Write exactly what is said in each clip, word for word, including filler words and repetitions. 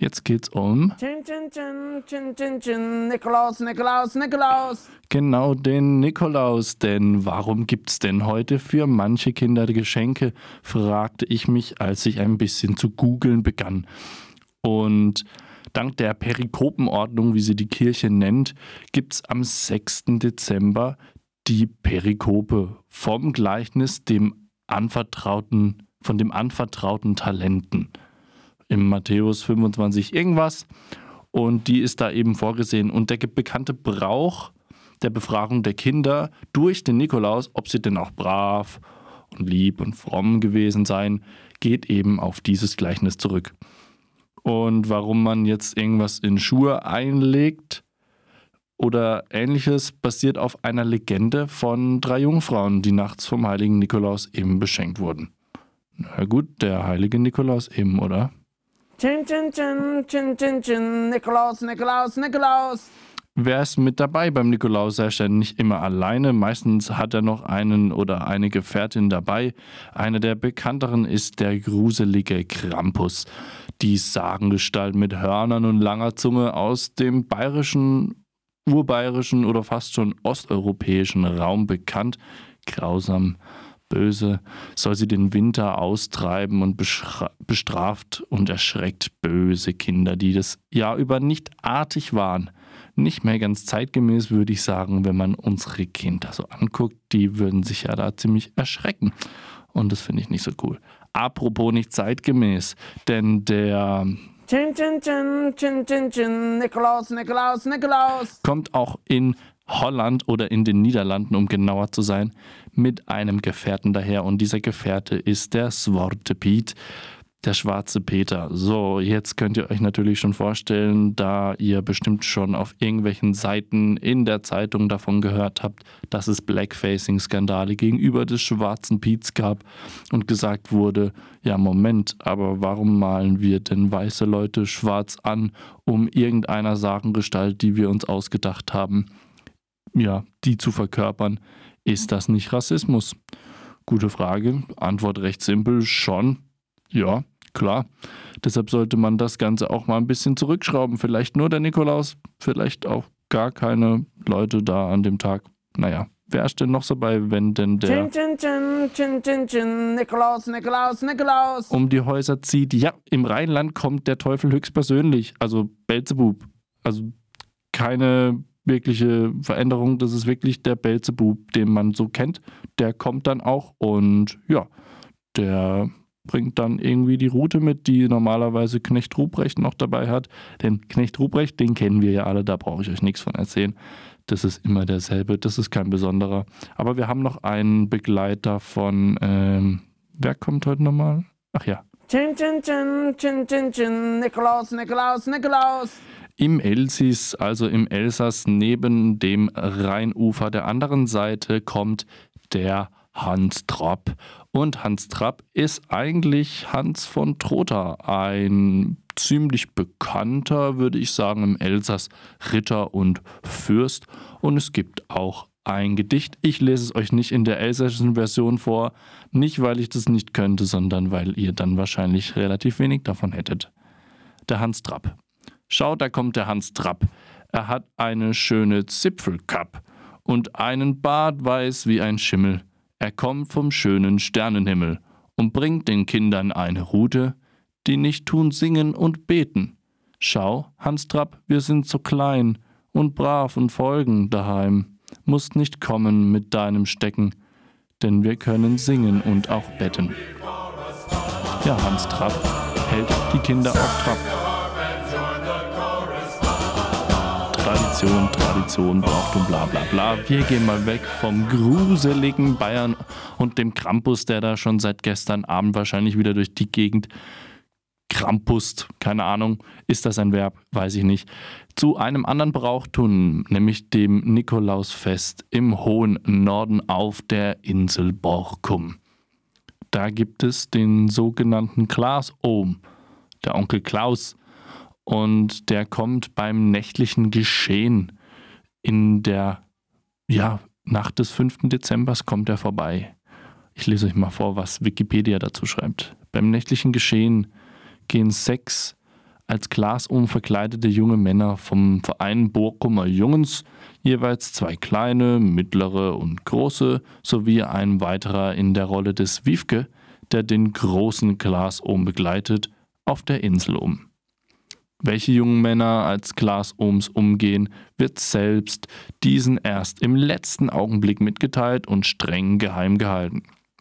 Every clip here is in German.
Jetzt geht's um Chin, chin, chin, chin, chin, chin. Nikolaus, Nikolaus, Nikolaus. genau den Nikolaus. Denn warum gibt's denn heute für manche Kinder Geschenke, fragte ich mich, als ich ein bisschen zu googeln begann. Und dank der Perikopenordnung, wie sie die Kirche nennt, gibt's am sechsten Dezember die Perikope vom Gleichnis dem anvertrauten, von dem anvertrauten Talenten. Im Matthäus fünfundzwanzig irgendwas. Und die ist da eben vorgesehen. Und der bekannte Brauch der Befragung der Kinder durch den Nikolaus, ob sie denn auch brav und lieb und fromm gewesen seien, geht eben auf dieses Gleichnis zurück. Und warum man jetzt irgendwas in Schuhe einlegt oder ähnliches, basiert auf einer Legende von drei Jungfrauen, die nachts vom heiligen Nikolaus eben beschenkt wurden. Na gut, der heilige Nikolaus eben, oder? Chin, chin, chin, chin, chin, chin. Nikolaus, Nikolaus, Nikolaus. Wer ist mit dabei beim Nikolaus? Er ist ja nicht immer alleine. Meistens hat er noch einen oder eine Gefährtin dabei. Eine der bekannteren ist der gruselige Krampus. Die Sagengestalt mit Hörnern und langer Zunge aus dem bayerischen, urbayerischen oder fast schon osteuropäischen Raum bekannt. Grausam, böse, soll sie den Winter austreiben und bestraft und erschreckt böse Kinder, die das Jahr über nicht artig waren. Nicht mehr ganz zeitgemäß, würde ich sagen, wenn man unsere Kinder so anguckt. Die würden sich ja da ziemlich erschrecken. Und das finde ich nicht so cool. Apropos nicht zeitgemäß, denn der Chin, chin, chin, chin, chin, chin. Nikolaus, Nikolaus, Nikolaus. kommt auch in Holland oder in den Niederlanden, um genauer zu sein, mit einem Gefährten daher. Und dieser Gefährte ist der Zwarte Piet, der schwarze Peter. So, jetzt könnt ihr euch natürlich schon vorstellen, da ihr bestimmt schon auf irgendwelchen Seiten in der Zeitung davon gehört habt, dass es Blackfacing-Skandale gegenüber des schwarzen Piets gab und gesagt wurde, ja Moment, aber warum malen wir denn weiße Leute schwarz an, um irgendeiner Sagengestalt, die wir uns ausgedacht haben, ja, die zu verkörpern? Ist das nicht Rassismus? Gute Frage. Antwort recht simpel, schon. Ja, klar. Deshalb sollte man das Ganze auch mal ein bisschen zurückschrauben. Vielleicht nur der Nikolaus, vielleicht auch gar keine Leute da an dem Tag. Naja, wer ist denn noch so bei, wenn denn der Chin, chin, chin, chin, chin, chin. Nikolaus, Nikolaus, Nikolaus. um die Häuser zieht? Ja, im Rheinland kommt der Teufel höchstpersönlich, also Beelzebub. Also keine wirkliche Veränderung, das ist wirklich der Beelzebub, den man so kennt. Der kommt dann auch und ja, der bringt dann irgendwie die Route mit, die normalerweise Knecht Ruprecht noch dabei hat. Denn Knecht Ruprecht, den kennen wir ja alle, da brauche ich euch nichts von erzählen. Das ist immer derselbe, das ist kein besonderer. Aber wir haben noch einen Begleiter von, ähm, wer kommt heute nochmal? Ach ja. Chin, chin, chin, chin, chin, chin. Nikolaus, Nikolaus, Nikolaus. Im Elsis, also im Elsass, neben dem Rheinufer der anderen Seite, kommt der Hans Trapp. Und Hans Trapp ist eigentlich Hans von Trotha, ein ziemlich bekannter, würde ich sagen, im Elsass Ritter und Fürst. Und es gibt auch ein Gedicht. Ich lese es euch nicht in der elsässischen Version vor, nicht weil ich das nicht könnte, sondern weil ihr dann wahrscheinlich relativ wenig davon hättet. Der Hans Trapp. Schaut, da kommt der Hans Trapp. Er hat eine schöne Zipfelkapp und einen Bart weiß wie ein Schimmel. Er kommt vom schönen Sternenhimmel und bringt den Kindern eine Rute, die nicht tun singen und beten. Schau, Hans Trapp, wir sind so klein und brav und folgen daheim. Musst nicht kommen mit deinem Stecken, denn wir können singen und auch betten. Ja, Hans Trapp hält die Kinder auf Trab. Tradition, Tradition, Brauchtum, bla bla bla. Wir gehen mal weg vom gruseligen Bayern und dem Krampus, der da schon seit gestern Abend wahrscheinlich wieder durch die Gegend krampust. Keine Ahnung, ist das ein Verb? Weiß ich nicht. Zu einem anderen Brauchtum, nämlich dem Nikolausfest im hohen Norden auf der Insel Borkum. Da gibt es den sogenannten Klaas-Ohm, der Onkel Klaus. Und der kommt beim nächtlichen Geschehen in der ja, Nacht des fünften Dezembers kommt er vorbei. Ich lese euch mal vor, was Wikipedia dazu schreibt. Beim nächtlichen Geschehen gehen sechs als Glasohm verkleidete junge Männer vom Verein Borkumer Jungens, jeweils zwei kleine, mittlere und große, sowie ein weiterer in der Rolle des Wiefke, der den großen Glasohm begleitet, auf der Insel um. Welche jungen Männer als Glasohms umgehen, wird selbst diesen erst im letzten Augenblick mitgeteilt und streng geheim gehalten.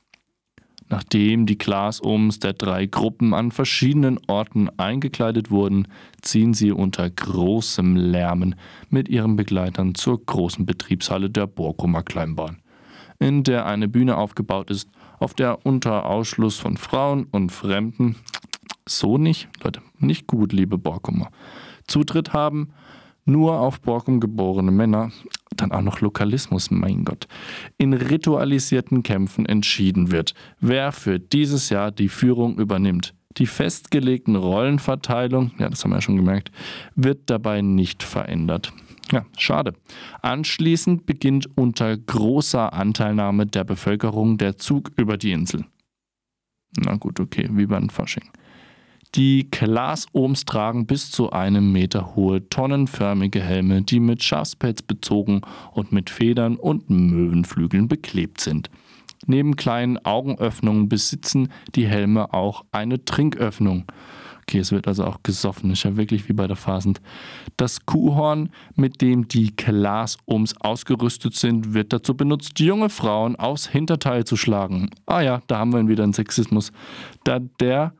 Nachdem die Glasohms der drei Gruppen an verschiedenen Orten eingekleidet wurden, ziehen sie unter großem Lärmen mit ihren Begleitern zur großen Betriebshalle der Borkumer Kleinbahn, in der eine Bühne aufgebaut ist, auf der unter Ausschluss von Frauen und Fremden, so nicht, Leute, nicht gut, liebe Borkumer, Zutritt haben nur auf Borkum geborene Männer, dann auch noch Lokalismus, mein Gott, in ritualisierten Kämpfen entschieden wird, wer für dieses Jahr die Führung übernimmt. Die festgelegten Rollenverteilung, ja, das haben wir ja schon gemerkt, wird dabei nicht verändert. Ja, schade. Anschließend beginnt unter großer Anteilnahme der Bevölkerung der Zug über die Insel. Na gut, okay, wie beim Fasching. Die Glasohms tragen bis zu einem Meter hohe, tonnenförmige Helme, die mit Schafspelz bezogen und mit Federn und Möwenflügeln beklebt sind. Neben kleinen Augenöffnungen besitzen die Helme auch eine Trinköffnung. Okay, es wird also auch gesoffen, ist ja wirklich wie bei der Fasend. Das Kuhhorn, mit dem die Glasohms ausgerüstet sind, wird dazu benutzt, junge Frauen aufs Hinterteil zu schlagen. Ah ja, da haben wir ihn wieder, einen Sexismus. Da der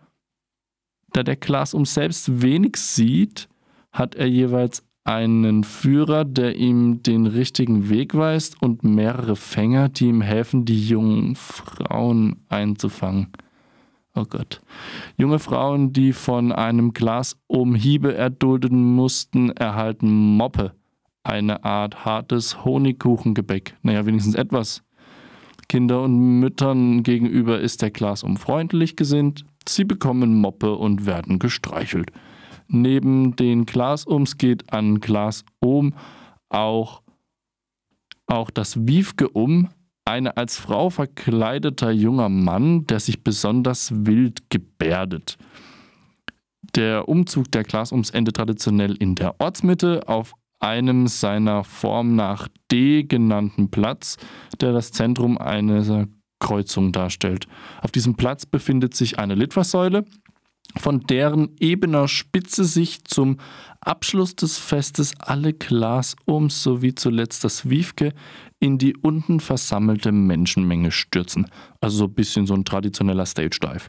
Da der Glasohm selbst wenig sieht, hat er jeweils einen Führer, der ihm den richtigen Weg weist und mehrere Fänger, die ihm helfen, die jungen Frauen einzufangen. Oh Gott. Junge Frauen, die von einem Glasohm Hiebe erdulden mussten, erhalten Moppe, eine Art hartes Honigkuchengebäck. Naja, wenigstens etwas. Kinder und Müttern gegenüber ist der Glasohm freundlich gesinnt. Sie bekommen Moppe und werden gestreichelt. Neben den Glasohms geht an Glasohm auch, auch das Wiefke um, eine als Frau verkleideter junger Mann, der sich besonders wild gebärdet. Der Umzug der Glasohms endet traditionell in der Ortsmitte auf einem seiner Form nach D genannten Platz, der das Zentrum einer Kreuzung darstellt. Auf diesem Platz befindet sich eine Litfaßsäule, von deren ebener Spitze sich zum Abschluss des Festes alle Glasohms sowie zuletzt das Wiefke in die unten versammelte Menschenmenge stürzen. Also so ein bisschen so ein traditioneller Stage-Dive,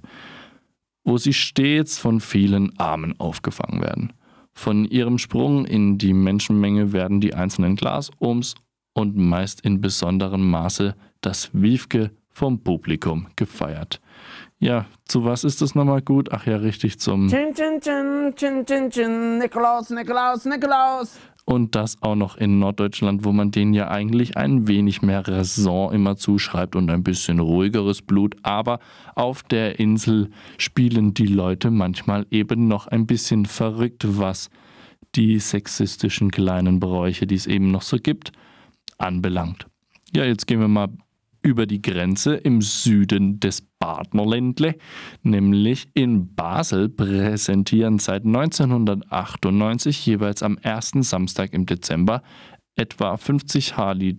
wo sie stets von vielen Armen aufgefangen werden. Von ihrem Sprung in die Menschenmenge werden die einzelnen Glasohms und meist in besonderem Maße das Wiefke vom Publikum gefeiert. Ja, zu was ist das nochmal gut? Ach ja, richtig, zum Chin, chin, chin, chin, chin, chin, Nikolaus, Nikolaus, Nikolaus. Und das auch noch in Norddeutschland, wo man denen ja eigentlich ein wenig mehr Raison immer zuschreibt und ein bisschen ruhigeres Blut. Aber auf der Insel spielen die Leute manchmal eben noch ein bisschen verrückt, was die sexistischen kleinen Bräuche, die es eben noch so gibt, anbelangt. Ja, jetzt gehen wir mal über die Grenze im Süden des Badnerländle, nämlich in Basel, präsentieren seit neunzehnhundertachtundneunzig jeweils am ersten Samstag im Dezember etwa fünfzig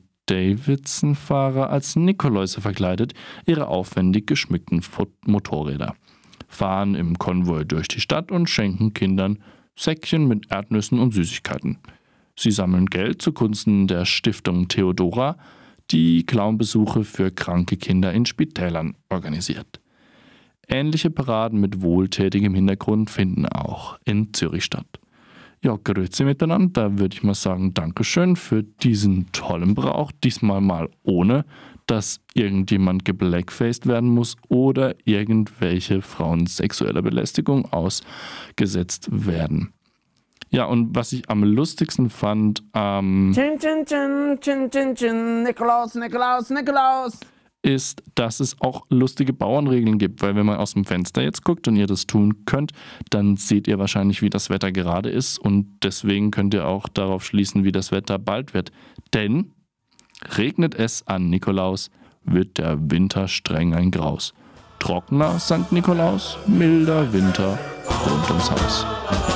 Harley-Davidson-Fahrer als Nikoläuse verkleidet ihre aufwendig geschmückten Motorräder, fahren im Konvoi durch die Stadt und schenken Kindern Säckchen mit Erdnüssen und Süßigkeiten. Sie sammeln Geld zugunsten der Stiftung Theodora, die Clownbesuche für kranke Kinder in Spitälern organisiert. Ähnliche Paraden mit wohltätigem Hintergrund finden auch in Zürich statt. Ja, grüezi miteinander, da würde ich mal sagen, Dankeschön für diesen tollen Brauch, diesmal mal ohne, dass irgendjemand geblackfaced werden muss oder irgendwelche Frauen sexueller Belästigung ausgesetzt werden. Ja, und was ich am lustigsten fand, ähm, Chin, chin, chin, chin, chin, chin, Nikolaus, Nikolaus, Nikolaus. ist, dass es auch lustige Bauernregeln gibt, weil wenn man aus dem Fenster jetzt guckt und ihr das tun könnt, dann seht ihr wahrscheinlich, wie das Wetter gerade ist und deswegen könnt ihr auch darauf schließen, wie das Wetter bald wird. Denn regnet es an Nikolaus, wird der Winter streng ein Graus. Trockener Sankt Nikolaus, milder Winter rund ums Haus.